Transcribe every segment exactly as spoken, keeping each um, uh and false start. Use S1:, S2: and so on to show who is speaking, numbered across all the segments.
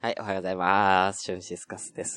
S1: はい、おはようございます。シュンシスカスです。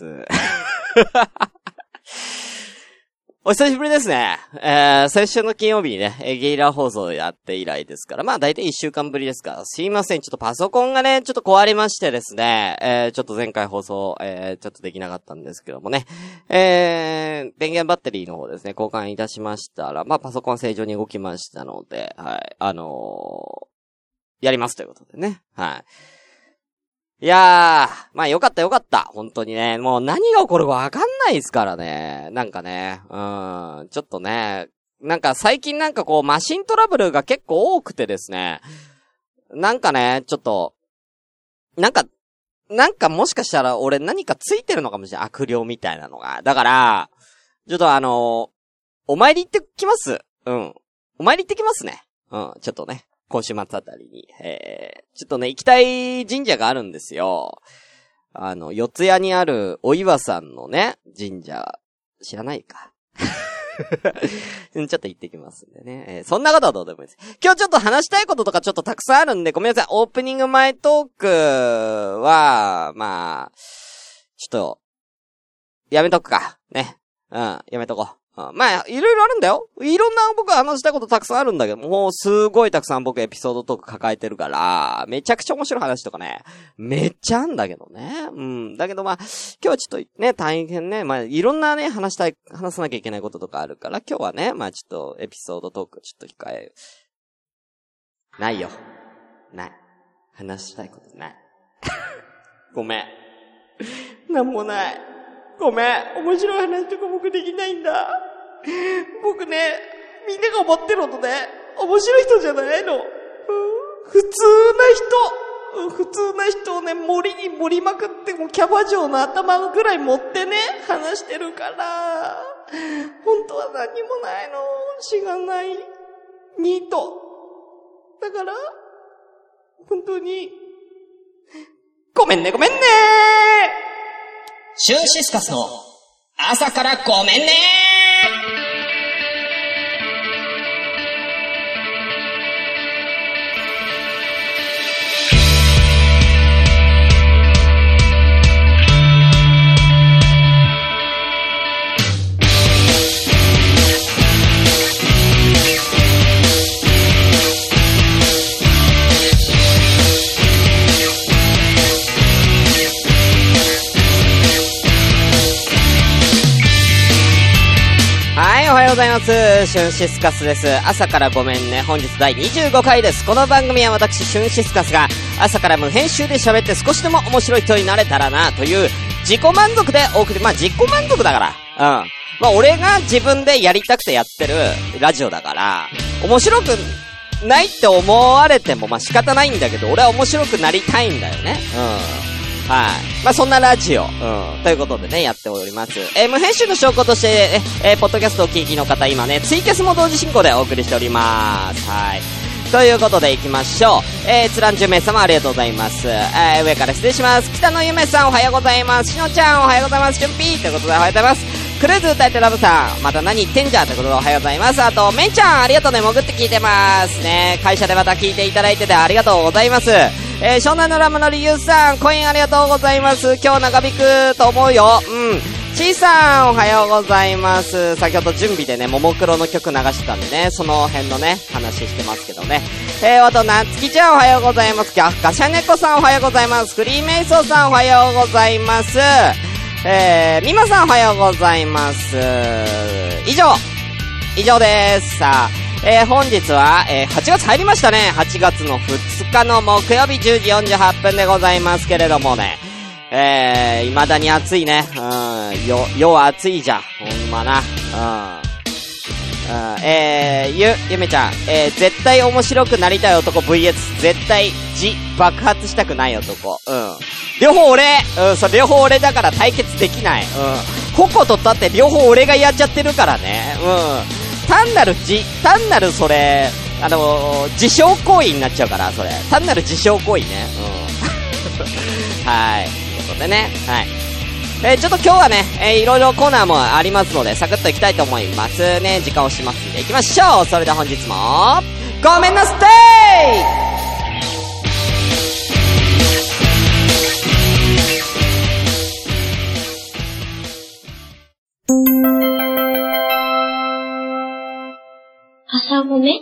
S1: お久しぶりですね。えー、先週の金曜日にね、ゲリラ放送をやって以来ですから、まあ大体一週間ぶりですから、すいません、ちょっとパソコンがね、ちょっと壊れましてですね、えー、ちょっと前回放送、えー、ちょっとできなかったんですけどもね、えー、電源バッテリーの方ですね、交換いたしましたら、まあパソコン正常に動きましたので、はい、あのー、やりますということでね、はい。いやー、まあよかったよかった。本当にね、もう何が起こるかわかんないですからね。なんかね、うん、ちょっとね、なんか最近なんかこうマシントラブルが結構多くてですね、なんかね、ちょっと、なんか、なんかもしかしたら俺何かついてるのかもしれない。悪霊みたいなのが。だから、ちょっとあのー、お参り行ってきます。うん。お参り行ってきますね。うん、ちょっとね。今週末あたりに、えー、ちょっとね、行きたい神社があるんですよ。あの、四谷にあるお岩さんのね、神社、知らないか。ちょっと行ってきますんでね。えー、そんなことはどうでもいいです。今日ちょっと話したいこととかちょっとたくさんあるんで、ごめんなさい。オープニング前トークは、まあ、ちょっと、やめとくか。ね。うん、やめとこう。まあ、いろいろあるんだよ。いろんな僕は話したいことたくさんあるんだけど、もうすごいたくさん僕エピソードトーク抱えてるから、めちゃくちゃ面白い話とかね、めっちゃあんだけどね。うん。だけどまあ、今日はちょっとね、大変ね、まあ、いろんなね、話したい、話さなきゃいけないこととかあるから、今日はね、まあちょっとエピソードトークちょっと控え、ないよ。ない。話したいことない。ごめん。なんもない。ごめん。面白い話とか僕できないんだ。僕ね、みんなが思ってるほどね、面白い人じゃないの。うん、普通な人、うん、普通な人をね、森に盛りまくって、もうキャバ嬢の頭ぐらい持ってね、話してるから、本当は何もないの。しがない、ニート。だから、本当に、ごめんねごめんね
S2: シュンシスカスの朝からごめんね
S1: おはようございます。シュンシスカスです。朝からごめんね。本日だいにじゅうごかいです。この番組は私シュンシスカスが朝から無編集で喋って少しでも面白い人になれたらなという自己満足でお送り、まあ自己満足だから、うん。まあ俺が自分でやりたくてやってるラジオだから、面白くないって思われてもまあ仕方ないんだけど、俺は面白くなりたいんだよね。うん。はい。まあ、そんなラジオ。うん。ということでね、やっております。えー、無編集の証拠として、えー、ポッドキャストを聞きの方、今ね、ツイキャスも同時進行でお送りしております。はい。ということで行きましょう。えー、つらんじゅう名様ありがとうございます。えー、上から失礼します。北野ゆめさんおはようございます。しのちゃんおはようございます。しゅんぴーということでおはようございます。クルーズ歌えてラブさん、また何言ってんじゃんということでおはようございます。あと、めんちゃんありがとうね、潜って聞いてますね。会社でまた聞いていただいててありがとうございます。えー、湘南のラムの理由さん、コインありがとうございます。今日長引くと思うよ。うん。ちーさん、おはようございます。先ほど準備でね、ももクロの曲流してたんでね、その辺のね、話してますけどね。えー、あと、なつきちゃんおはようございます。ガシャネコさんおはようございます。フリーメイソーさんおはようございます。えー、みまさんおはようございます。以上。以上です。さあ、えー、本日は、えー、はちがつ入りましたね。はちがつのふつかの木曜日じゅうじよんじゅうはっぷんでございますけれどもね。えー、未だに暑いね。うん、よ、よは暑いじゃん。ほんまな。うん。うん、えー、ゆ、ゆめちゃん、えー、絶対面白くなりたい男 ブイエス 絶対自爆発したくない男。うん。両方俺、うん、そう、両方俺だから対決できない。うん。矛と立って両方俺がやっちゃってるからね。うん。単なるじ、単なるそれ、あのー、自傷行為になっちゃうから、それ。単なる自傷行為ね。うん。はい。ということでね。はい。えー、ちょっと今日はね、えー、いろいろコーナーもありますので、サクッといきたいと思いますね。時間をしますんで、いきましょう。それでは本日も、ごめんなさい。
S3: 朝ごめん。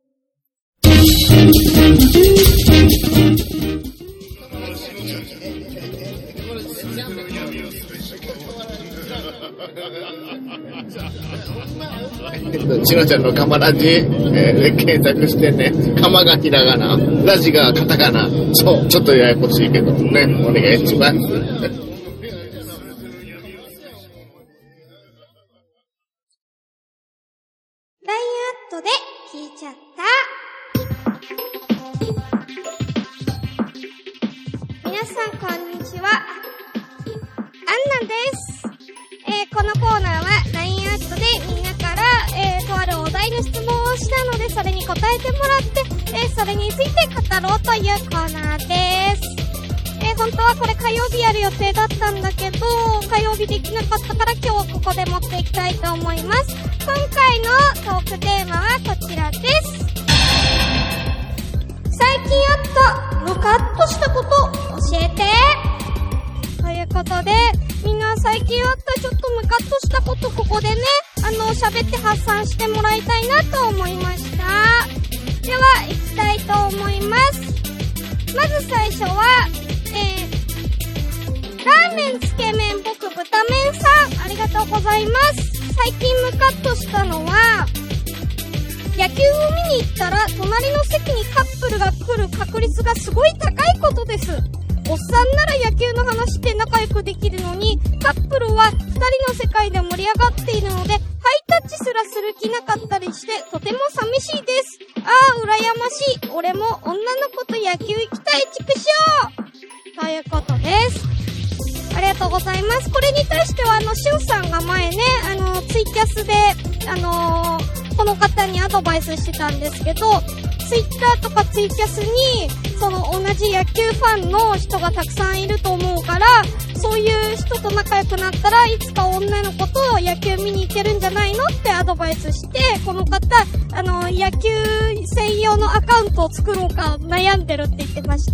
S4: ちのちゃんのカマラジ、えー、で検索してね、カマがひらがな、ラジがカタカナ、そう、ちょっとややこしいけどね、お願いします。
S5: ラインアットで聞いちゃった。皆さんこんにちは。アンナです。えー、このコーナーは ライン アットでみんなから、えー、とあるお題の質問をしたので、それに答えてもらって、えー、それについて語ろうというコーナーです。えー、本当はこれ火曜日やる予定だったんだけど、火曜日できなかったから今日ここで持っていきたいと思います。今回のトークテーマはこちらです。最近あったムカッとしたこと教えて。ということで、みんな最近あったちょっとムカッとしたことここでね、あの喋って発散してもらいたいなと思いました。では行きたいと思います。まず最初は、えー、ラーメンつけ麺僕豚麺さん、ありがとうございます。最近ムカッとしたのは、野球を見に行ったら隣の席にカップルが来る確率がすごい高いことです。おっさんなら野球の話で仲良くできるのに、カップルは二人の世界で盛り上がっているので、ハイタッチすらする気なかったりして、とても寂しいです。ああ、羨ましい。俺も女の子と野球行きたい、ちくしょうということです。ありがとうございます。これに対しては、あの、しゅんさんが前ね、あの、ツイキャスで、あのー、この方にアドバイスしてたんですけど、ツイッターとかツイキャスに、その同じ野球ファンの人がたくさんいると思うから、そういう人と仲良くなったらいつか女の子と野球見に行けるんじゃないのってアドバイスして、この方、あの、野球専用のアカウントを作ろうか悩んでるって言ってました。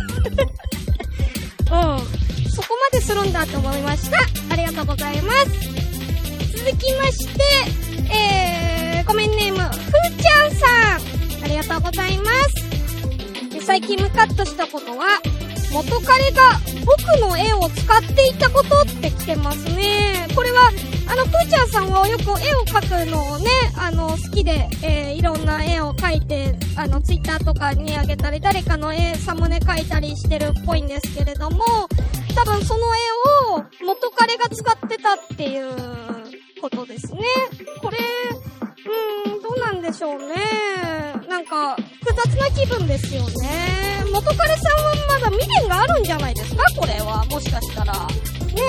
S5: うん。そこまでするんだと思いました。ありがとうございます。続きまして、えー、コメンネーム、ふーちゃんさん。ありがとうございます。で、最近ムカッとしたことは、元彼が僕の絵を使っていたことって来てますね。これは、あの、ふーちゃんさんはよく絵を描くのをね、あの、好きで、えー、いろんな絵を描いて、あの、ツイッターとかにあげたり、誰かの絵、サムネ描いたりしてるっぽいんですけれども、多分その絵を元彼が使ってたっていうことですね。これ、うーん、どうなんでしょうね。なんか、複雑な気分ですよね。元彼さんはまだ未練があるんじゃないですか、これは。もしかしたら。ね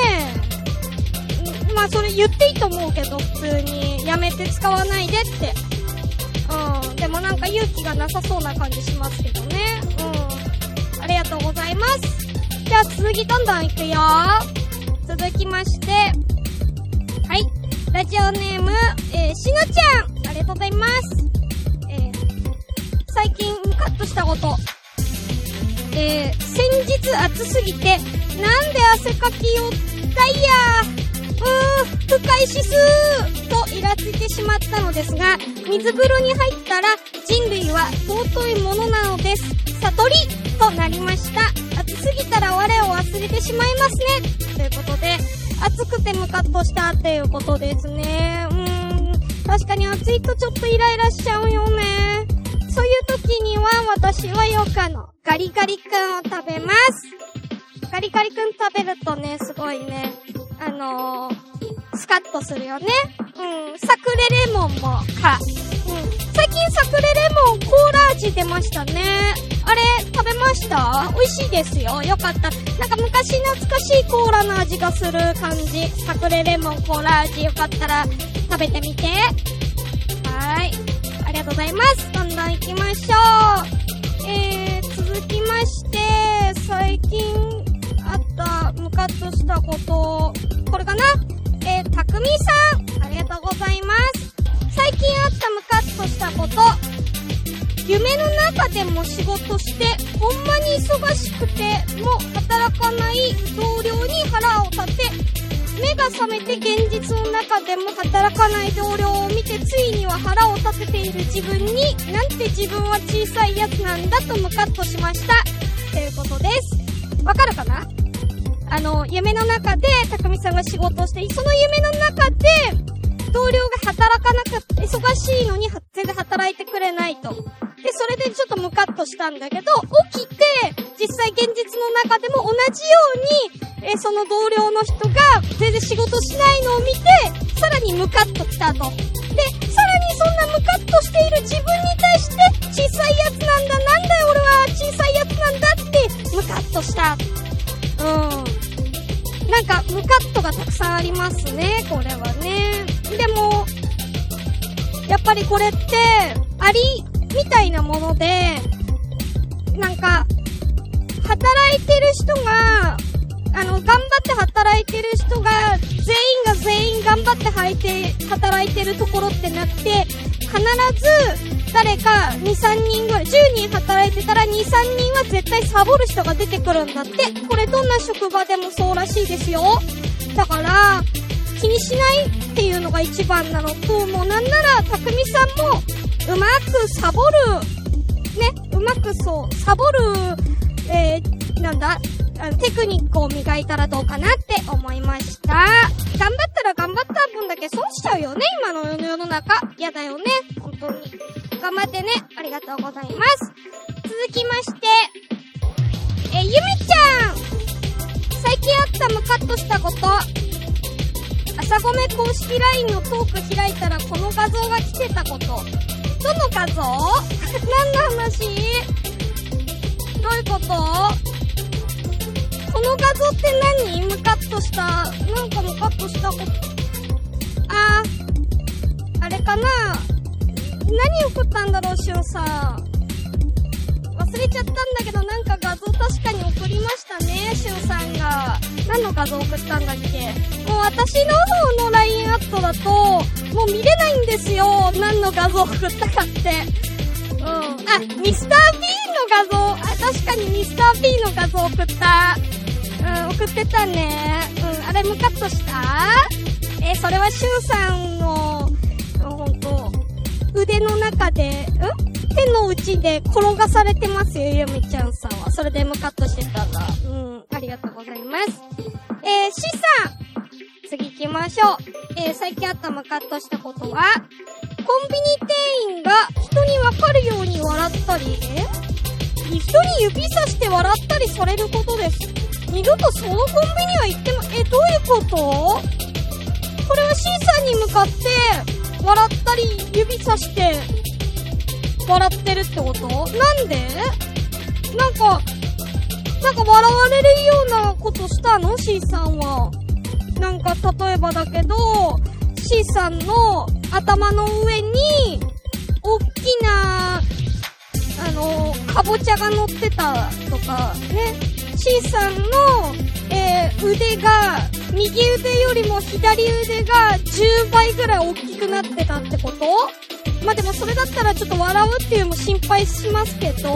S5: え。まあ、それ言っていいと思うけど、普通に。やめて使わないでって。うん。でもなんか勇気がなさそうな感じしますけどね。うん。ありがとうございます。じゃあ続きどんどんいくよ。続きまして。はい。ラジオネーム、えー、しのちゃん。ありがとうございます。えー、最近ムカッとしたこと。えー、先日暑すぎて、なんで汗かきをダイヤー、うー、不快指数とイラついてしまったのですが、水風呂に入ったら人類は尊いものなのです。悟りとなりました。暑すぎたら我を忘れてしまいますね。ということで、暑くてムカッとしたっていうことですね。うーん、確かに暑いとちょっとイライラしちゃうよね。そういう時には私はよくあの、ガリガリ君を食べます。ガリガリ君食べるとね、すごいね、あのー、スカッとするよね。うん、サクレレモンもか。うん、最近サクレレモンコーラ味出ましたね。あれ、食べました？美味しいですよ。よかった。なんか昔懐かしいコーラの味がする感じ。サクレレモンコーラ味、よかったら食べてみて。はーい。ありがとうございます。どんどん行きましょう。えー、続きまして、最近あったムカッとしたこと、これかな？えー、たくみさん、ありがとうございます。最近あったムカッとしたこと、夢の中でも仕事して、ほんまに忙しくても働かない同僚に腹を立て、 目が覚めて現実の中でも働かない同僚を見てついには腹を立てている自分に、なんて自分は小さいやつなんだとムカッとしました。ということです。わかるかな？あの、夢の中で、たくみさんが仕事をして、その夢の中で、同僚が働かなかった、忙しいのに全然働いてくれないと。で、それでちょっとムカッとしたんだけど、起きて、実際現実の中でも同じように、え、その同僚の人が全然仕事しないのを見て、さらにムカッときたと。で、さらにそんなムカッとしている自分に対して、小さいやつなんだ、なんだよ俺は小さいやつなんだって、ムカッとした。うん。なんか、ムカッとがたくさんありますね、これはね。でも、やっぱりこれって、アリみたいなもので、なんか、働いてる人が、あの、頑張って働いてる人が、全員が全員頑張って履いて、働いてるところってなくて、必ず、誰かに、さんにんぐらい、じゅうにん働いてたらに、さんにんは絶対サボる人が出てくるんだって。これどんな職場でもそうらしいですよ。だから、気にしないっていうのが一番なのと、もうなんなら、たくみさんも、うまくサボる、ね、うまくそう、サボる、えー、なんだ、あのテクニックを磨いたらどうかなって思いました。頑張ったら頑張った分だけ損しちゃうよね、今の世の中。やだよね、本当に。頑張ってね、ありがとうございます。続きまして、え、ゆみちゃん最近あったムカッとしたこと。朝ごめ公式 ライン のトーク開いたらこの画像が来てたこと。どの画像？何の話？どういうこと？この画像って何？ムカッとした、なんかムカッとしたこと。あー、あれかな？何送ったんだろう、しゅんさん。忘れちゃったんだけど、なんか画像確かに送りましたね、しゅんさんが。何の画像送ったんだっけ？もう私の方の ライン アットだと、もう見れないんですよ。何の画像送ったかって。うん。あ、ミスター P の画像。あ、確かにミスター P の画像送った。うん、送ってたね。うん、あれムカッとした？えー、それはしゅんさんの、ほんと、腕の中で、ん？手の内で転がされてますよ、ゆみちゃんさんは。それでムカッとしてたんだ。うん、ありがとうございます。えー、しさん次行きましょう。えー、最近あったムカッとしたことは、コンビニ店員が人にわかるように笑ったり、え人に指さして笑ったりされることです。二度とそのコンビニは行っても、え、どういうこと？これは C さんに向かって笑ったり指さして笑ってるってこと？なんで？なんかなんか笑われるようなことしたの？ C さんは。なんか例えばだけど C さんの頭の上に大きなあのかぼちゃが乗ってたとかね。C さんの、えー、腕が右腕よりも左腕がじゅうばいぐらい大きくなってたってこと？まあ、でもそれだったらちょっと笑うっていうのも心配しますけど、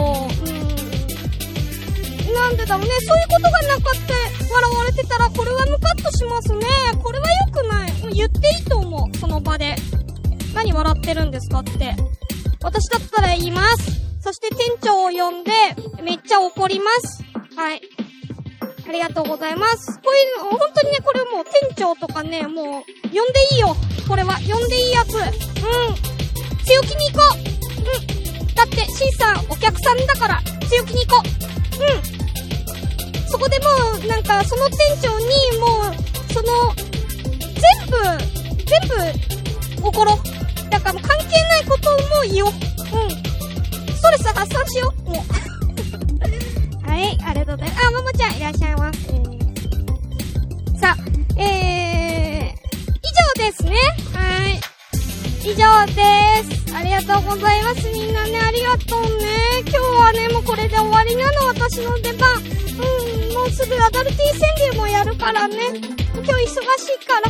S5: うん、なんでだろうね。そういうことがなかった笑われてたらこれはムカッとしますね。これは良くない。もう言っていいと思う、その場で。何笑ってるんですかって。私だったら言います。そして店長を呼んでめっちゃ怒ります。はい。ありがとうございます。こういうの、本当にね、これもう店長とかね、もう、呼んでいいよ。これは、呼んでいいやつ。うん。強気に行こう。うん。だって、C さん、お客さんだから、強気に行こう。うん。そこでもう、なんか、その店長に、もう、その、全部、全部、怒ろう。だからもう関係ないことをもう言おう。うん。ストレス発散しよう。もう。はい、ありがとうございます。あ、ももちゃんいらっしゃいます。えー、さあ、えー、以上ですね。はい。以上です。ありがとうございます。みんなね、ありがとうね。今日はね、もうこれで終わりなの、私の出番。うん、もうすぐアダルティー川柳もやるからね。今日忙しいから。うん。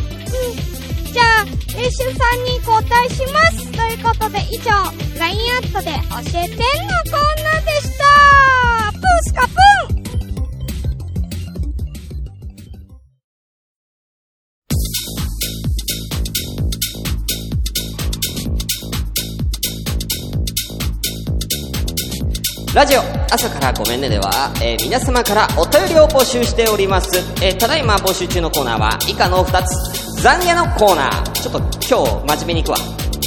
S5: じゃあ、えー、しゅんさんに交代します。ということで、以上、ライン アットで教えてんのコーナーでした。プースカプン
S1: ラジオ朝からごめんねでは、えー、皆様からお便りを募集しております。えー、ただいま募集中のコーナーは以下のふたつ。懺悔のコーナー、ちょっと今日真面目にいくわ、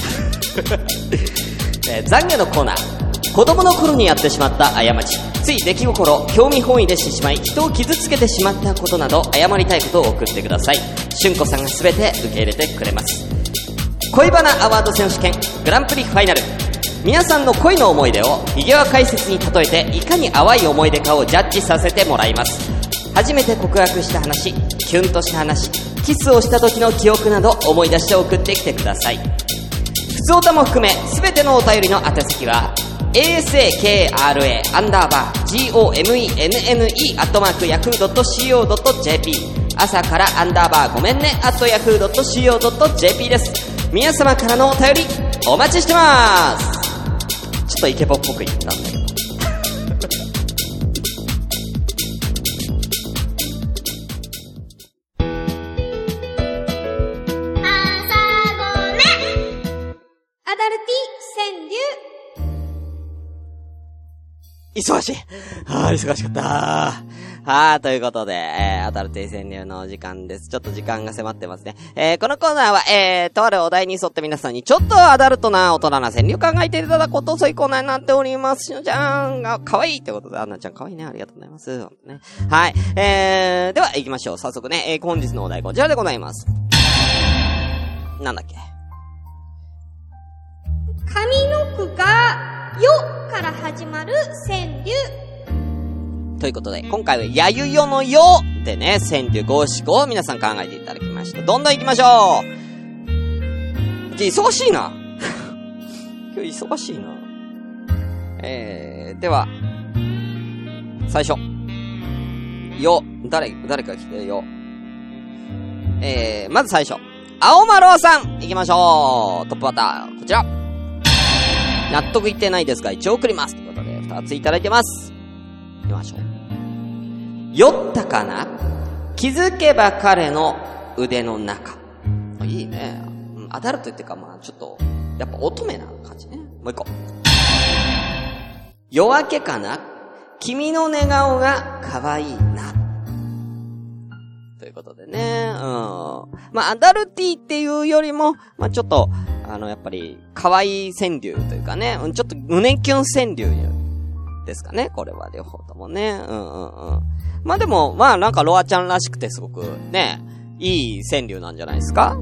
S1: えー、懺悔のコーナー。子供の頃にやってしまった過ち、つい出来心、興味本位でしてしまい人を傷つけてしまったことなど、謝りたいことを送ってください。しゅんこさんがすべて受け入れてくれます。恋バナアワード選手権グランプリファイナル。皆さんの恋の思い出をフィギュア解説に例えて、いかに淡い思い出かをジャッジさせてもらいます。初めて告白した話、キュンとした話、キスをした時の記憶など思い出して送ってきてください。ふつおたも含め全てのお便りの宛先は エーエスエーケーアールエー アンダーバー ジーオーエムイーエヌエヌイー アットマークヤフー ドット シーオー ドット ジェーピー 朝からアンダーバーごめんね アットヤフー ドット シーオー ドット ジェーピー です。皆様からのお便りお待ちしてます。ちょっとイケボっぽく言ったんだけど
S5: アダルティ川柳。
S1: 忙しい。ああ、忙しかったー。はー、ということで、えー、アダルティ川柳のお時間です。ちょっと時間が迫ってますね。えー、このコーナーは、えー、とあるお題に沿って皆さんにちょっとアダルトな大人な川柳を考えていただこうと、そういうコーナーになっております。しのちゃんが可愛いってことで、あんなちゃん可愛いね。ありがとうございます。ね、はい。えー、では行きましょう。早速ね、えー、本日のお題こちらでございます。なんだっけ。
S5: 上の句がよから始まる川柳。
S1: ということで、今回はやゆよのよでね、川柳五七五を皆さん考えていただきました。どんどん行きましょう。忙しいな。今日忙しいな。えー、では、最初。よ、誰、誰か来てよ。えー、まず最初。青丸さん、行きましょう。トップバッター、こちら。納得いってないですが、一応送ります。ということで、二ついただいてます。行きましょう。酔ったかな？気づけば彼の腕の中。いいね。アダルトっていうか、まあちょっと、やっぱ乙女な感じね。もう一個。夜明けかな？君の寝顔が可愛いな。ということでね。うん。まあアダルティっていうよりも、まあちょっと、あの、やっぱり、可愛い川柳というかね、ちょっと胸キュン川柳ですかね。これは両方ともね。うんうんうん。まあでも、まあなんかロアちゃんらしくてすごくね、いい川柳なんじゃないですか。うん。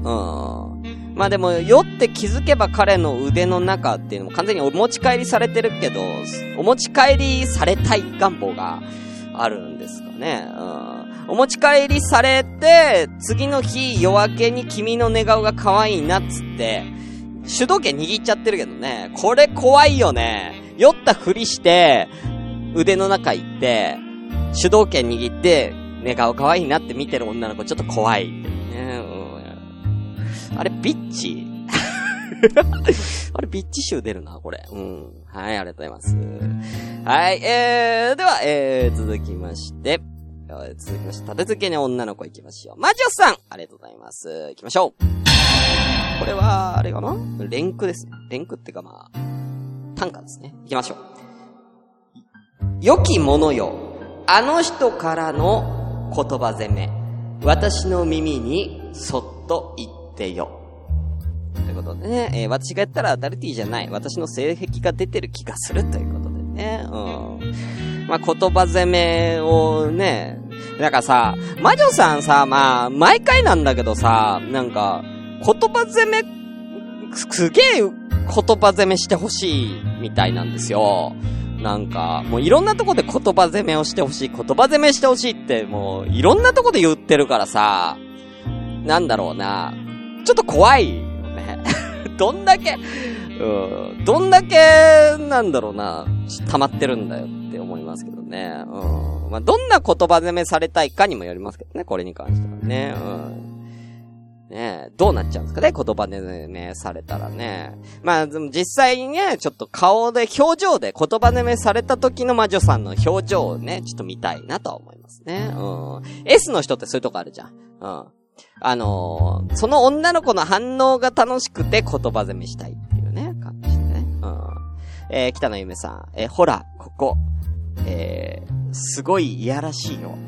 S1: まあでも、酔って気づけば彼の腕の中っていうのも完全にお持ち帰りされてるけど、お持ち帰りされたい願望があるんですかね。うん。お持ち帰りされて、次の日夜明けに君の寝顔が可愛いなっつって、主導権握っちゃってるけどね。これ怖いよね。酔ったふりして、腕の中行って、主導権握って、寝顔可愛いなって見てる女の子ちょっと怖い。ね、うん、あれ、ビッチあれ、ビッチ臭出るな、これ。うん。はい、ありがとうございます。はい、えー、では、えー、続きまして、続きまして、立て続けに女の子行きましょう。マジオさんありがとうございます。行きましょう。これは、あれかな？連句ですね。連句ってかまあ、短歌ですね。行きましょう。良きものよ。あの人からの言葉攻め。私の耳にそっと言ってよ。ということでね、えー、私がやったらアダルティじゃない。私の性癖が出てる気がするということでね。うん。まあ、言葉攻めをね、なんかさ、魔女さんさ、まあ、毎回なんだけどさ、なんか、言葉攻め、すげえ言葉攻めしてほしいみたいなんですよ。なんか、もういろんなとこで言葉攻めをしてほしい、言葉攻めしてほしいって、もういろんなとこで言ってるからさ、なんだろうな、ちょっと怖いよね。どんだけ、うん、どんだけ、なんだろうな、溜まってるんだよって思いますけどね。うん、まあ、どんな言葉攻めされたいかにもよりますけどね、これに関してはね。うんねえ、どうなっちゃうんですかね、言葉でね、されたらね。まあ、でも実際にね、ちょっと顔で、表情で言葉でめされた時の魔女さんの表情をね、ちょっと見たいなとは思いますね。うん。S の人ってそういうとこあるじゃん。うん。あのー、その女の子の反応が楽しくて言葉攻めしたいっていうね、感じでね。うん。 えー、北野ゆめさん、えー、ほら、ここ、えー、すごいいやらしいよ。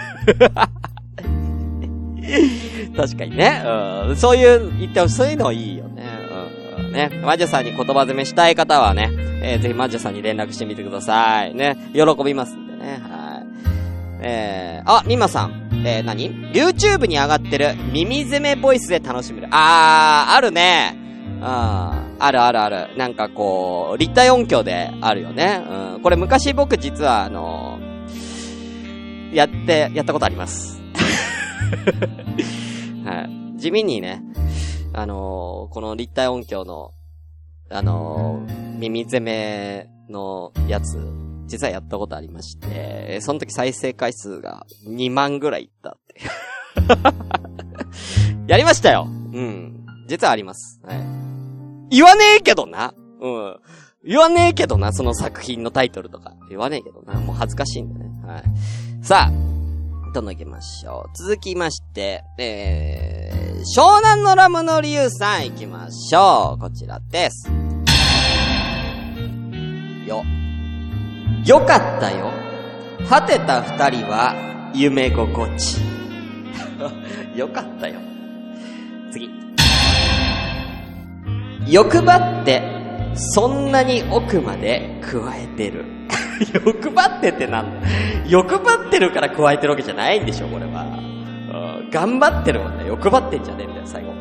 S1: 確かにね、うん、そういう、言ってほしい、そういうのいいよね。うん、ね。魔女さんに言葉詰めしたい方はね、えー、ぜひ魔女さんに連絡してみてください。ね。喜びますんでね。はい。えー、あ、みまさん。えー、何 ?YouTube に上がってる耳攻めボイスで楽しめる。あー、あるね。あー、あるあるある。なんかこう、立体音響であるよね。うん。これ昔僕実はあのー、やって、やったことあります。はい。地味にね、あのー、この立体音響の、あのー、耳攻めのやつ、実はやったことありまして、その時再生回数がにまんぐらいいったっていう。やりましたよ。うん。実はあります。はい。言わねえけどな。うん。言わねえけどな、その作品のタイトルとか。言わねえけどな。もう恥ずかしいんだね。はい。さあ、どんどん行きましょう。続きまして、えー、湘南のラムの理由さん行きましょう。こちらです。よ。よかったよ。果てた二人は夢心地。よかったよ。次。欲張ってそんなに奥まで加えてる。欲張ってってなんだ。欲張ってるから加えてるわけじゃないんでしょこれは。頑張ってるもんね。欲張ってんじゃねえんだよ最後。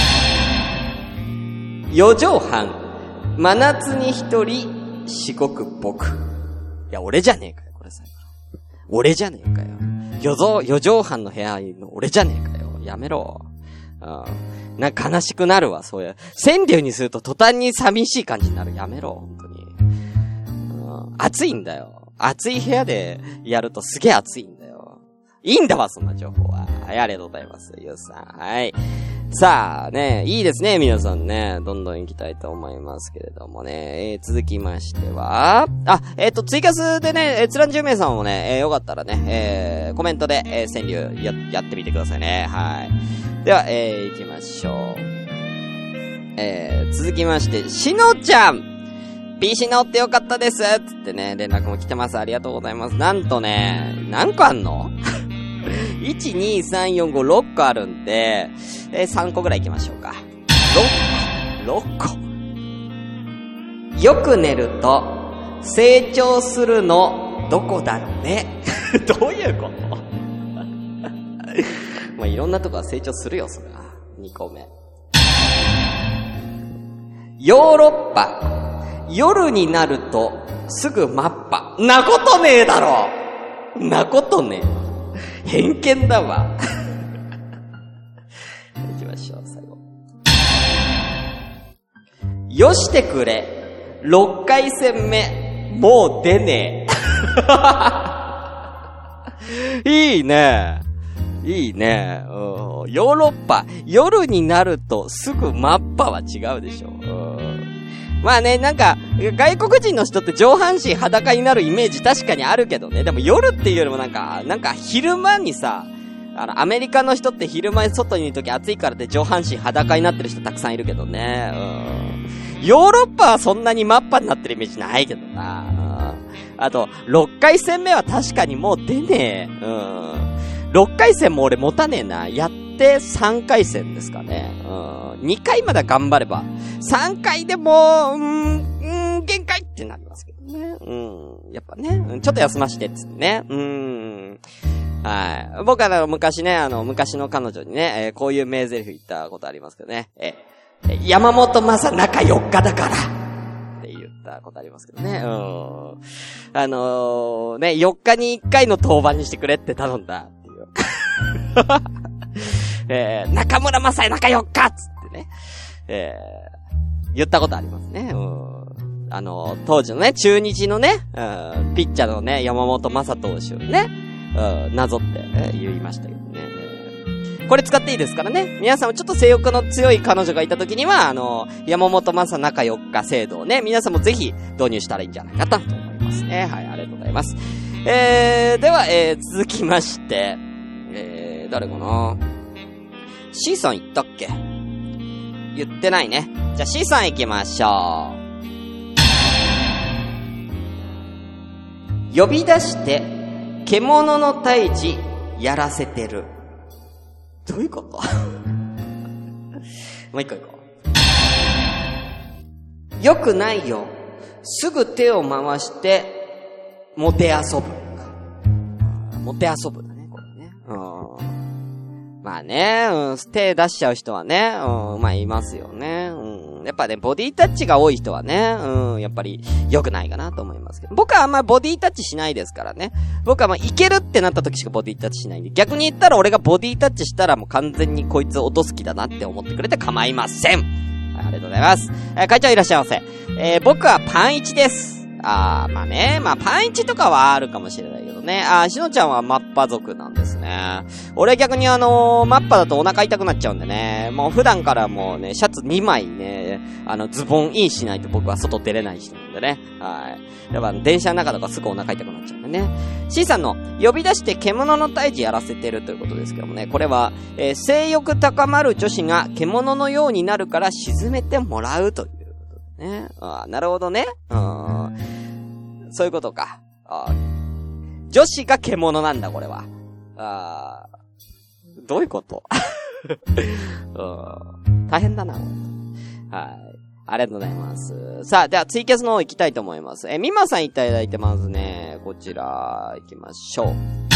S1: 四畳半真夏に一人至極僕。いや俺じゃねえかよこれ最後。俺じゃねえかよ。四畳四畳半の部屋の俺じゃねえかよ。やめろ。うん、なんか悲しくなるわそういう川柳にすると途端に寂しい感じになる。やめろ本当に。うん、暑いんだよ。暑い部屋でやるとすげえ暑いんだよ。いいんだわそんな情報は。はい、ありがとうございますゆうさん。はい。さあね、いいですね皆さんね。どんどん行きたいと思いますけれどもね、えー、続きましてはあ、えっ、ー、とツイキャスでね、閲覧じゅうめいさんもね、えー、よかったらね、えー、コメントで、えー、川柳ややってみてくださいね。はい。では、えー、行きましょう。えー、続きましてしのちゃん ピーシー 直ってよかったですつってね連絡も来てます。ありがとうございます。なんとね何個あんのいち、に、さん、よん、ご、ろっこあるんで、えー、さんこぐらい行きましょうか。ろっこ。ろっこ。よく寝ると、成長するの、どこだろうね。どういうことまあ、いろんなとこは成長するよ、それは。にこめ。ヨーロッパ。夜になると、すぐマッパ。なことねえだろなことねえ。偏見だわ。行きましょう、最後。よしてくれ。ろっかい戦目。もう出ねえ。いいね。いいね。ヨーロッパ。夜になるとすぐマッパは違うでしょ。まあね、なんか、外国人の人って上半身裸になるイメージ確かにあるけどね。でも夜っていうよりもなんか、なんか昼間にさ、あの、アメリカの人って昼間に外にいるとき暑いからって上半身裸になってる人たくさんいるけどね。うん。ヨーロッパはそんなにマッパになってるイメージないけどな。うん。あと、ろっかい戦目は確かにもう出ねえ。うん。ろっかい戦も俺持たねえな。やってさんかい戦ですかね。うん。にかいまで頑張れば。さんかいでもう、うーん、うーん、限界ってなりますけどね。うん。やっぱね、ちょっと休ましてっつってね。うーん。はい。僕はあの、昔ね、あの、昔の彼女にね、えー、こういう名台詞言ったことありますけどね。えー、山本正中よっかだからって言ったことありますけどね。うん。あのー、ね、よっかにいっかいの当番にしてくれって頼んだっていう。えー、中村正中よっかっつってね。えー、言ったことありますね。うん。あの、当時のね、中日のね、うん、ピッチャーのね、山本正投手ね、うん、なぞって、えー、言いましたけどね。これ使っていいですからね。皆さんもちょっと性欲の強い彼女がいた時には、あの、山本正中よっか制度をね、皆さんもぜひ導入したらいいんじゃないかと思いますね。はい、ありがとうございます。えー、では、えー、続きまして、えー、誰かな ?C さん言ったっけ言ってないね。じゃあ C さん行きましょう。 呼び出して獣の退治やらせてる。どういうこと？もう一個行こう。よくないよ。すぐ手を回してもてあそぶ。もてあそぶだね、これね。うん。まあね、うん、手出しちゃう人はね、うん、まあいますよね。うん。やっぱね、ボディタッチが多い人はね、うん、やっぱり良くないかなと思いますけど。僕はあんまボディタッチしないですからね。僕はまあいけるってなった時しかボディタッチしないんで。逆に言ったら俺がボディタッチしたらもう完全にこいつ落とす気だなって思ってくれて構いません。はい、ありがとうございます。えー、会長いらっしゃいませ。えー、僕はパンイチです。あー、まあね、まあパンイチとかはあるかもしれないけどね。あー、しのちゃんはマッパ族なんですね。俺逆にあのー、マッパだとお腹痛くなっちゃうんでね。もう普段からもうね、シャツにまいね、あの、ズボンインしないと僕は外出れない人なんでね。はい。やっぱ電車の中とかすぐお腹痛くなっちゃうんでね。C さんの呼び出して獣の退治やらせてるということですけどもね。これは、えー、性欲高まる女子が獣のようになるから沈めてもらうということね。あー、なるほどね。うん。そういうことか。あ、女子が獣なんだ、これは。あ、どういうこと？うん、大変だな。はい。ありがとうございます。さあ、ではツイキャスの方行きたいと思います。え、みまさんいただいてますね。こちら、行きましょう。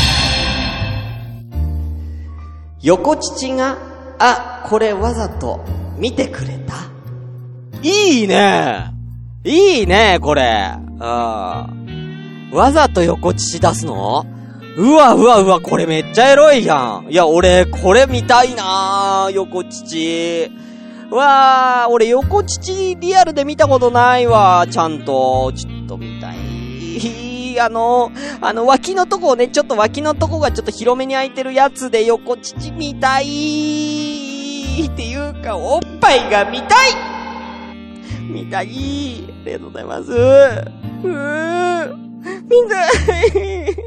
S1: 横乳が、あ、これわざと見てくれた？いいね！いいね、これ。ああ。わざと横乳出すの？うわうわうわ、これめっちゃエロいやん。いや、俺、これ見たいなぁ、横乳。うわぁ、俺横乳リアルで見たことないわ、ちゃんと。ちょっと見たい。あの、あの、脇のとこをね、ちょっと脇のとこがちょっと広めに開いてるやつで横乳見たい。っていうか、おっぱいが見たい見たい。ありがとうございます。うー。見たい。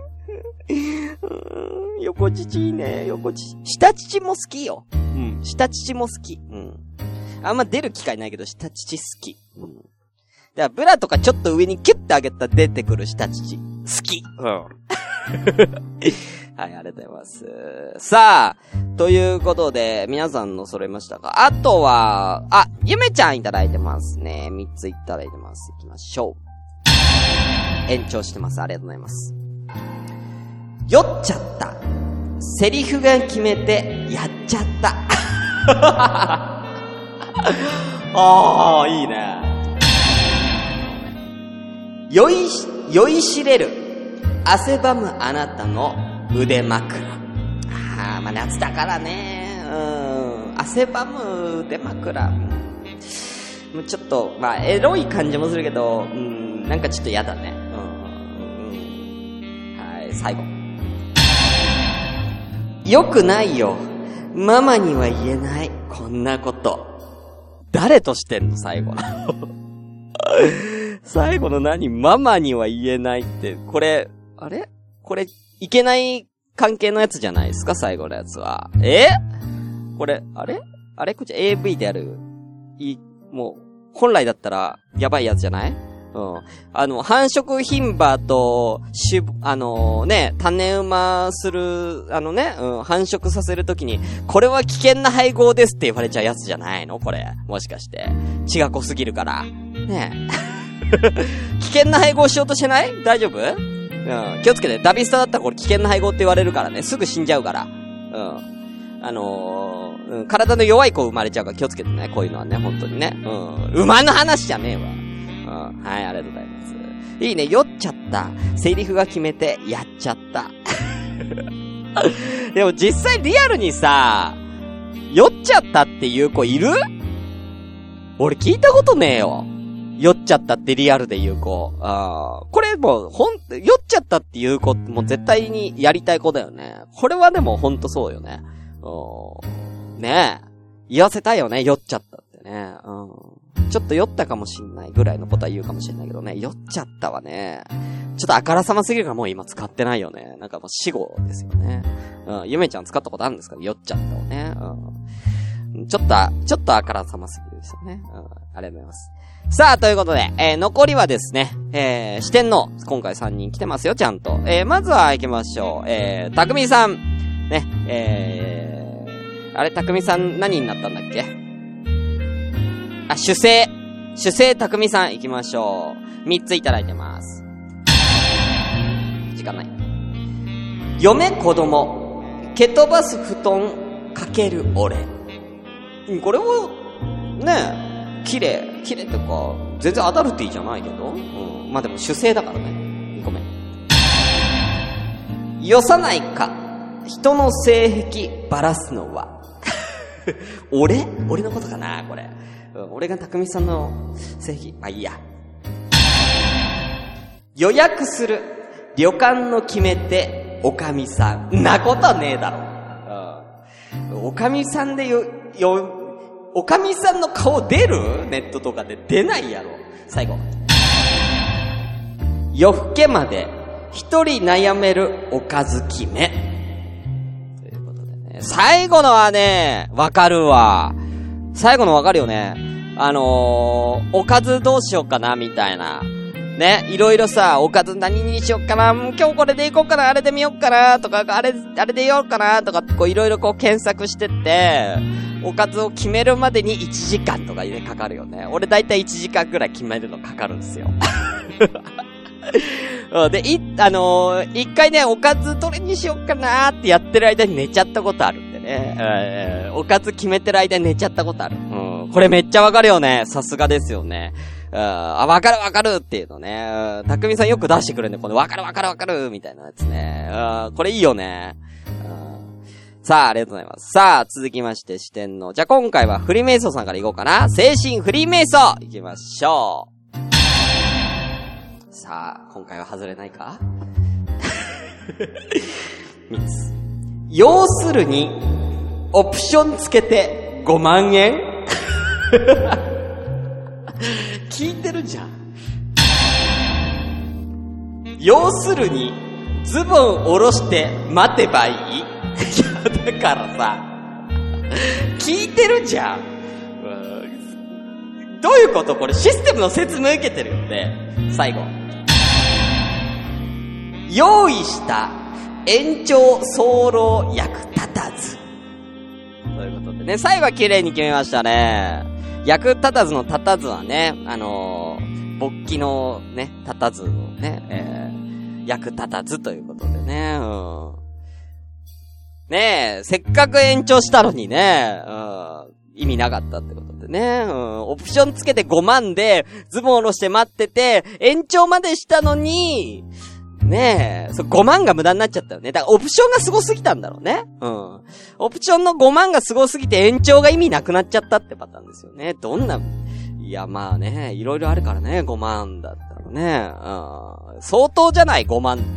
S1: 横乳いいね。横乳。下乳も好きよ。うん。下乳も好き。うん。あんま出る機会ないけど、下乳好き。うん。だからブラとかちょっと上にキュッて上げたら出てくる下乳。好き。うん。はい、ありがとうございます。さあ、ということで、皆さんの揃いましたか？あとは、あ、ゆめちゃんいただいてますね。みっついただいてます。行きましょう。延長してます。ありがとうございます。酔っちゃった。セリフが決めて、やっちゃった。ああ、いいね。酔い、酔いしれる。汗ばむあなたの腕枕。ああ、まあ夏だからね。うん。汗ばむ腕枕。もうちょっと、まあエロい感じもするけど、うん、なんかちょっとやだね。うん。はい、最後。よくないよ。ママには言えない。こんなこと。誰としてんの最後の。最後の何？ママには言えないって、これ、あれ？これ、いけない関係のやつじゃないですか最後のやつは。え？これ、あれ？あれこっち エーブイ である。い、もう、本来だったら、やばいやつじゃない？うん。あの、繁殖牝馬と、しゅ、あのね、種馬する、あのね、うん、繁殖させるときに、これは危険な配合ですって言われちゃうやつじゃないのこれ。もしかして。血が濃すぎるから。ねえ。危険な配合しようとしてない？大丈夫？うん。気をつけて。ダビスタだったらこれ危険な配合って言われるからね。すぐ死んじゃうから。うん。あのー、うん、体の弱い子生まれちゃうから気をつけてね。こういうのはね、本当にね。うん。馬の話じゃねえわ。うん、はい、ありがとうございます。いいね、酔っちゃった。セリフが決めて、やっちゃった。でも実際リアルにさ、酔っちゃったっていう子いる？俺聞いたことねえよ。酔っちゃったってリアルで言う子。あー、これもう、ほん、酔っちゃったっていう子ってもう絶対にやりたい子だよね。これはでもほんとそうよね。うん。ねえ。言わせたいよね、酔っちゃったってね。うん。ちょっと酔ったかもしんないぐらいのことは言うかもしんないけどね。酔っちゃったわね。ちょっとあからさますぎるからもう今使ってないよね。なんかもう死語ですよね。うん。ゆめちゃん使ったことあるんですか？酔っちゃったをね。うん。 、ちょっと、ちょっとあからさますぎるですよね。うん、ありがとうございます。さあ、ということで、えー、残りはですね、えー、四天王、今回さんにん来てますよ、ちゃんと。えー、まずは行きましょう。えー、たくみさん。ね、えー、あれ、たくみさん何になったんだっけ？あ、主生。主生たくみさん行きましょう。みっついただいてます。時間ない。嫁子供、蹴飛ばす布団、かける俺。これを、ね、綺麗、綺麗ってか、全然アダルティじゃないけど、うん、まあでも主生だからね。ごめん。よさないか、人の性癖ばらすのは。俺俺のことかなこれ。俺が匠さんの性癖、まあいいや。予約する旅館の決め手、おかみさん。なことねえだろ。うん、おかみさんでよ、よ、おかみさんの顔出る？ネットとかで出ないやろ。最後。夜更けまで一人悩めるおかず決め。ということでね。最後のはね、わかるわ。最後のわかるよね。あのー、おかずどうしようかな、みたいな。ね、いろいろさ、おかず何にしようかな、今日これでいこうかな、あれで見ようかな、とか、あれ、あれでようかな、とかってこういろいろこう検索してって、おかずを決めるまでにいちじかんとかでかかるよね。俺だいたいいちじかんくらい決めるのかかるんですよ。で、い、あのー、一回ね、おかずどれにしようかなーってやってる間に寝ちゃったことあるんでね。えー、おかず決めてる間に寝ちゃったことある。うん。これめっちゃわかるよね。さすがですよね。あ、わかるわかるっていうのね。たくみさんよく出してくるね。このわかるわかるわかるみたいなやつね。これいいよね。さあ、ありがとうございます。さあ、続きまして、四天王。じゃあ今回はフリーメイソーさんからいこうかな。精神フリーメイソーいきましょう。さあ、今回は外れないかみっつ。要するに、オプションつけてごまんえん聞いてるじゃん。要するに、ズボン下ろして待てばいい？いや、だからさ、聞いてるじゃん。どういうこと？これシステムの説明受けてるよね。最後。用意した延長早漏役立たず。ということでね、最後は綺麗に決めましたね。役立たずの立たずはね、あのー、勃起のね、立たずのね、えー、役立たずということでね、うん。ねえ、せっかく延長したのにね、うん、意味なかったってことでね、うん、オプションつけてごまんで、ズボン下ろして待ってて、延長までしたのに、ねえ、そ、ごまんが無駄になっちゃったよね。だからオプションが凄すぎたんだろうね。うん。オプションのごまんが凄すぎて延長が意味なくなっちゃったってパターンですよね。どんな、いやまあね、いろいろあるからね、ごまんだったらね。うん。相当じゃない、ごまんって。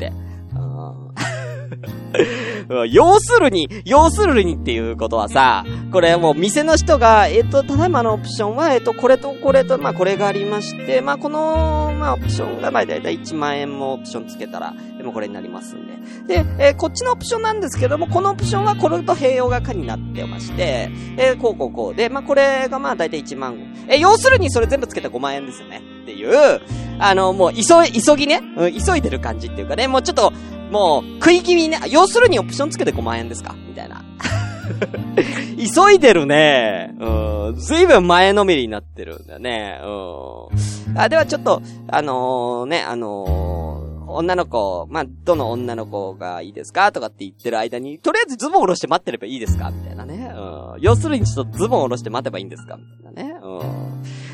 S1: うん。要するに、要するにっていうことはさ、これもう店の人が、えっと、ただいまのオプションは、えっと、これとこれと、まあこれがありまして、まあこの、まあオプションが、まあだいたいいちまんえんもオプションつけたら、でもこれになりますんで。で、えー、こっちのオプションなんですけども、このオプションはこれと併用が可になってまして、えー、こうこうこうで、まあこれがまあだいたいいちまん。えー、要するにそれ全部つけてごまんえんですよね。っていう、あの、もう急い、急ぎね、うん、急いでる感じっていうかね、もうちょっと、もう、食い気味にね、要するにオプションつけてごまんえんですかみたいな。急いでるね。うん。ずいぶん前のめりになってるんだよね。うん。あ、ではちょっと、あのー、ね、あのー、女の子、まあ、どの女の子がいいですかとかって言ってる間に、とりあえずズボン下ろして待ってればいいですかみたいなね。うん。要するにちょっとズボン下ろして待てばいいんですかみたいなね。うん。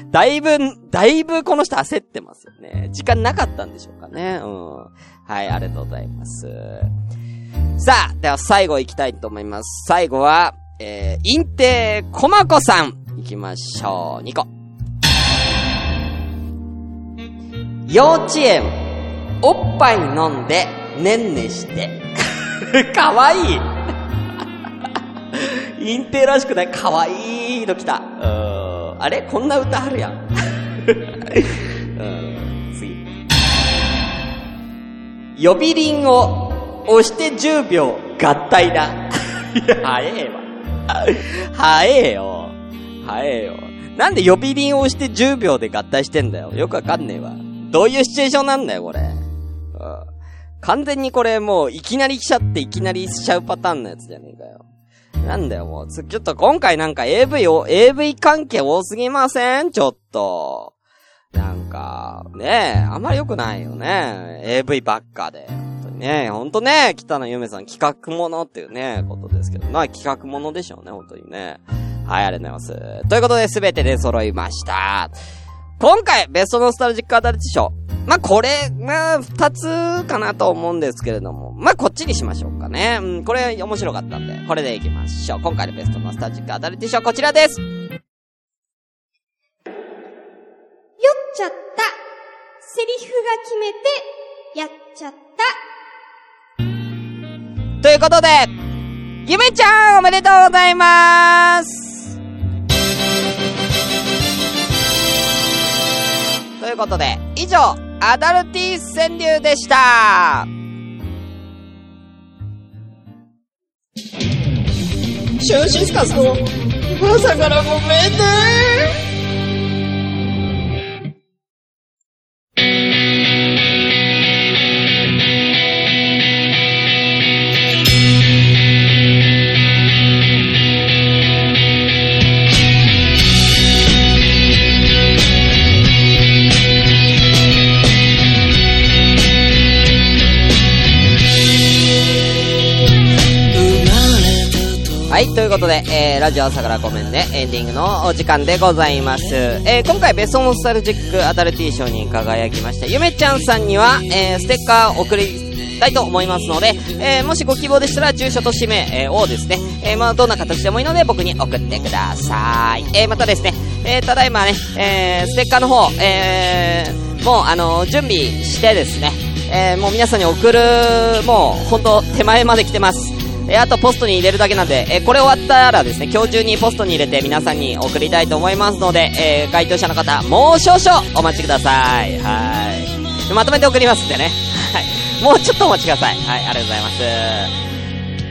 S1: だいぶ、だいぶこの人焦ってますよね。時間なかったんでしょうかね。うん。はい、ありがとうございます。さあ、では最後行きたいと思います。最後は、えー、インテーコマコさん。行きましょう。にこ。幼稚園、おっぱい飲んで、ねんねして。かわいい。インテーらしくないかわいいの来た。うーん。あれこんな歌あるやん。うん次。呼び鈴を押してじゅうびょう合体だ。いや、早えわ。早えよ。 早えよ。なんで呼び鈴を押してじゅうびょうで合体してんだよ。よくわかんねえわ。どういうシチュエーションなんだよ、これ。うん、完全にこれもう、いきなり来ちゃっていきなりしちゃうパターンのやつじゃねえかよ。なんだよ、もう。ちょっと今回なんか エーブイ を、エーブイ 関係多すぎません？ちょっと。なんか、ねえ、あんまり良くないよね。エーブイ ばっかで。本当にね、ほんとね、北野ゆめさん企画ものっていうね、ことですけど、まあ企画ものでしょうね、本当にね。はい、ありがとうございます。ということで、すべてで揃いました。今回、ベストノスタルジックアダルト賞。まあ、これ、まあ、二つかなと思うんですけれども。まあ、こっちにしましょうかね。うん、これ面白かったんで、これでいきましょう。今回のベストノスタルジックアダルト賞、こちらです。酔っ
S5: ちゃった。セリフが決めて、やっちゃった。
S1: ということで、ゆめちゃんおめでとうございまーす。ということで、以上、アダルティー川柳でした。
S2: シュンシスカスの朝からごめんね。
S1: はい、ということで、えー、ラジオ朝からごめんね、エンディングのお時間でございます。えー、今回ベストノスタルジックアダルティー賞に輝きましたゆめちゃんさんには、えー、ステッカーを送りたいと思いますので、えー、もしご希望でしたら住所と氏名、えー、をですね、えー、まあどんな形でもいいので僕に送ってください。えー、またですね、えー、ただいまね、えー、ステッカーの方、えー、もうあのー、準備してですね、えー、もう皆さんに送る、もうほんと手前まで来てます。えー、あとポストに入れるだけなんで、えー、これ終わったらですね、今日中にポストに入れて皆さんに送りたいと思いますので、えー、該当者の方、もう少々お待ちください。はい。まとめて送りますんでね。はい。もうちょっとお待ちください。はい、ありがとうございます。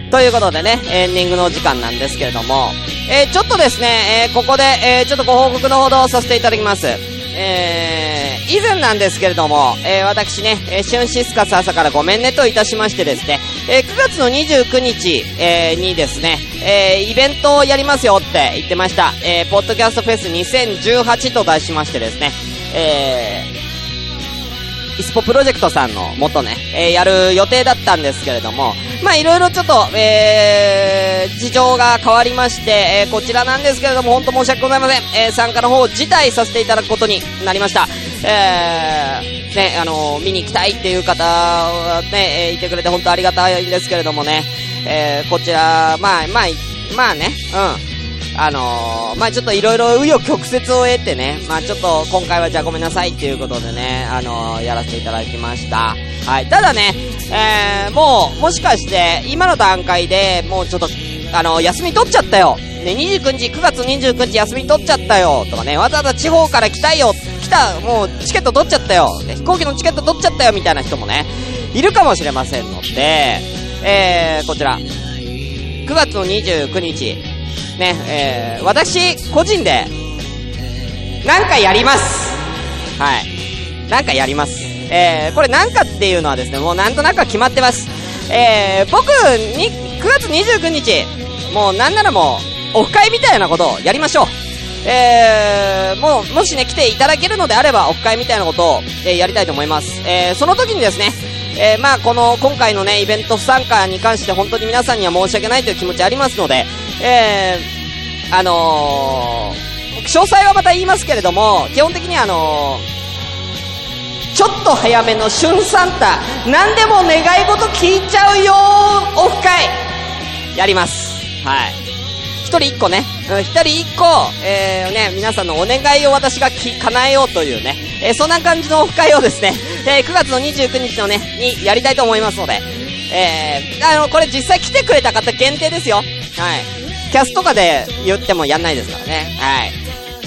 S1: ということでね、エンディングのお時間なんですけれども、えー、ちょっとですね、えー、ここで、えー、ちょっとご報告のほどさせていただきます。えー、以前なんですけれども、えー、私ね、えー、シュンシスカス朝からごめんねといたしましてですね、えー、くがつのにじゅうくにち、えー、にですね、えー、イベントをやりますよって言ってました。えー、ポッドキャストフェスにせんじゅうはちと題しましてですね、えー、イスポプロジェクトさんの元ね、えー、やる予定だったんですけれども、まあいろいろちょっと、えー、事情が変わりまして、えー、こちらなんですけれども、本当申し訳ございません。えー、参加の方を辞退させていただくことになりました。えー、ね、あのー、見に行きたいっていう方はね、えー、いてくれて本当ありがたいんですけれどもね、えー、こちら、まあ、まあ、まあね、うん。あのー、まあちょっといろいろ紆余曲折を得てね、まあちょっと今回はじゃあごめんなさいっていうことでね、あのー、やらせていただきました。はい。ただね、えー、もう、もしかして、今の段階でもうちょっと、あのー、休み取っちゃったよ。ね、にじゅうくにち、くがつにじゅうくにち休み取っちゃったよ。とかね、わざわざ地方から来たいよ。来た、もうチケット取っちゃったよ。ね、飛行機のチケット取っちゃったよ。みたいな人もね、いるかもしれませんので、えー、こちら、くがつのにじゅうくにち、ね、えー、私、個人で、なんかやります。はい。なんかやります。えー、これなんかっていうのはですね、もうなんとなくは決まってます。えー、僕に、くがつにじゅうくにち、もうなんならもう、オフ会みたいなことをやりましょう。えー、もう、もしね、来ていただけるのであれば、オフ会みたいなことを、えー、やりたいと思います。えー、その時にですね、えー、まあ、この、今回のね、イベント不参加に関して本当に皆さんには申し訳ないという気持ちありますので、えー、あのー、詳細はまた言いますけれども、基本的にあのー、ちょっと早めの旬サンタ、何でも願い事聞いちゃうよー、オフ会、やります。はい。一人一個ね、一人一個、えー、ね、皆さんのお願いを私がき叶えようというね、えー、そんな感じのオフ会をですね、えー、くがつのにじゅうくにちのね、にやりたいと思いますので、えー、あの、これ実際来てくれた方限定ですよ。はい。キャスとかで言ってもやんないですからね。はい。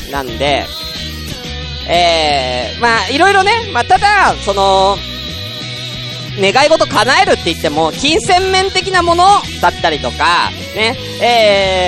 S1: なんで、えー、まあ、いろいろね、まあ、ただ、その、願い事叶えるって言っても、金銭面的なものだったりとか、ね、え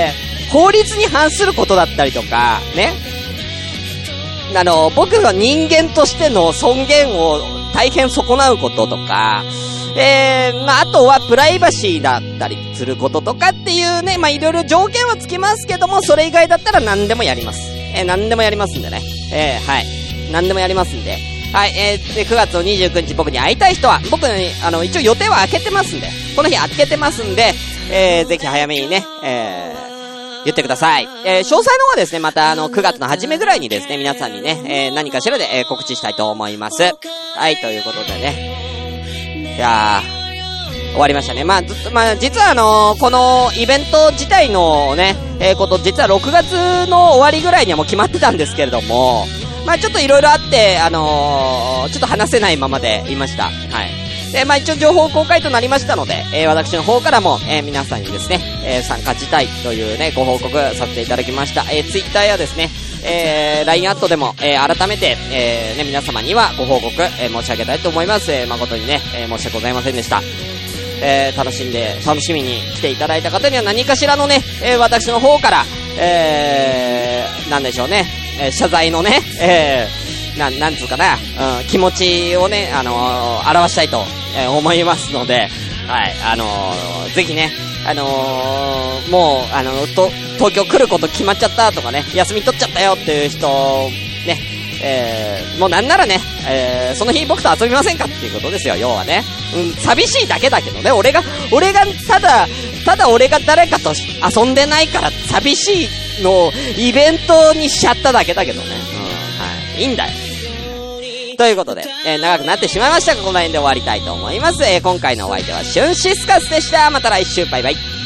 S1: 法律に反することだったりとか、ね。あの、僕が人間としての尊厳を大変損なうこととか、えー、まあ、あとはプライバシーだったりすることとかっていうね、まあ、いろいろ条件はつきますけども、それ以外だったら何でもやります。えー、何でもやりますんでね。えー、はい。何でもやりますんで。はい、えー、で、くがつのにじゅうくにち僕に会いたい人は、僕に、あの、一応予定は開けてますんで、この日開けてますんで、えー、ぜひ早めにね、えー、言ってください。えー、詳細の方はですね、またあの、くがつの初めぐらいにですね、皆さんにね、えー、何かしらで、えー、告知したいと思います。はい、ということでね。いやー、終わりましたね。まあ、ずっと、まあ、実はあのー、このイベント自体のね、えー、こと、実はろくがつの終わりぐらいにはもう決まってたんですけれども、まあ、ちょっといろいろあって、あのー、ちょっと話せないままでいました。はい。で、まあ、一応情報公開となりましたので、えー、私の方からも、えー、皆さんにですね、えー、参加自体というね、ご報告させていただきました。えー、ツイッターやですね、えー、ライン アットでも、えー、改めて、えー、ね、皆様にはご報告、えー、申し上げたいと思います。えー、誠にね、えー、申し訳ございませんでした。えー、楽しんで、楽しみに来ていただいた方には何かしらのね、えー、私の方から、えー、なんでしょうね、えー、謝罪のね、えー、なん、なんつうかな、うん、気持ちをね、あのー、表したいと、えー、思いますので、はい、あのー、ぜひね、あのー、もう、あのー、と、東京来ること決まっちゃったとかね、休み取っちゃったよっていう人、ね、えー、もうなんならね、えー、その日僕と遊びませんかっていうことですよ、要はね。うん、寂しいだけだけどね、俺が、俺が、ただ、ただ俺が誰かと遊んでないから寂しいのをイベントにしちゃっただけだけどね。うん、はい。いいんだよ。ということで、えー、長くなってしまいましたが、この辺で終わりたいと思います。えー、今回のお相手はシュンシスカスでした。また来週、バイバイ。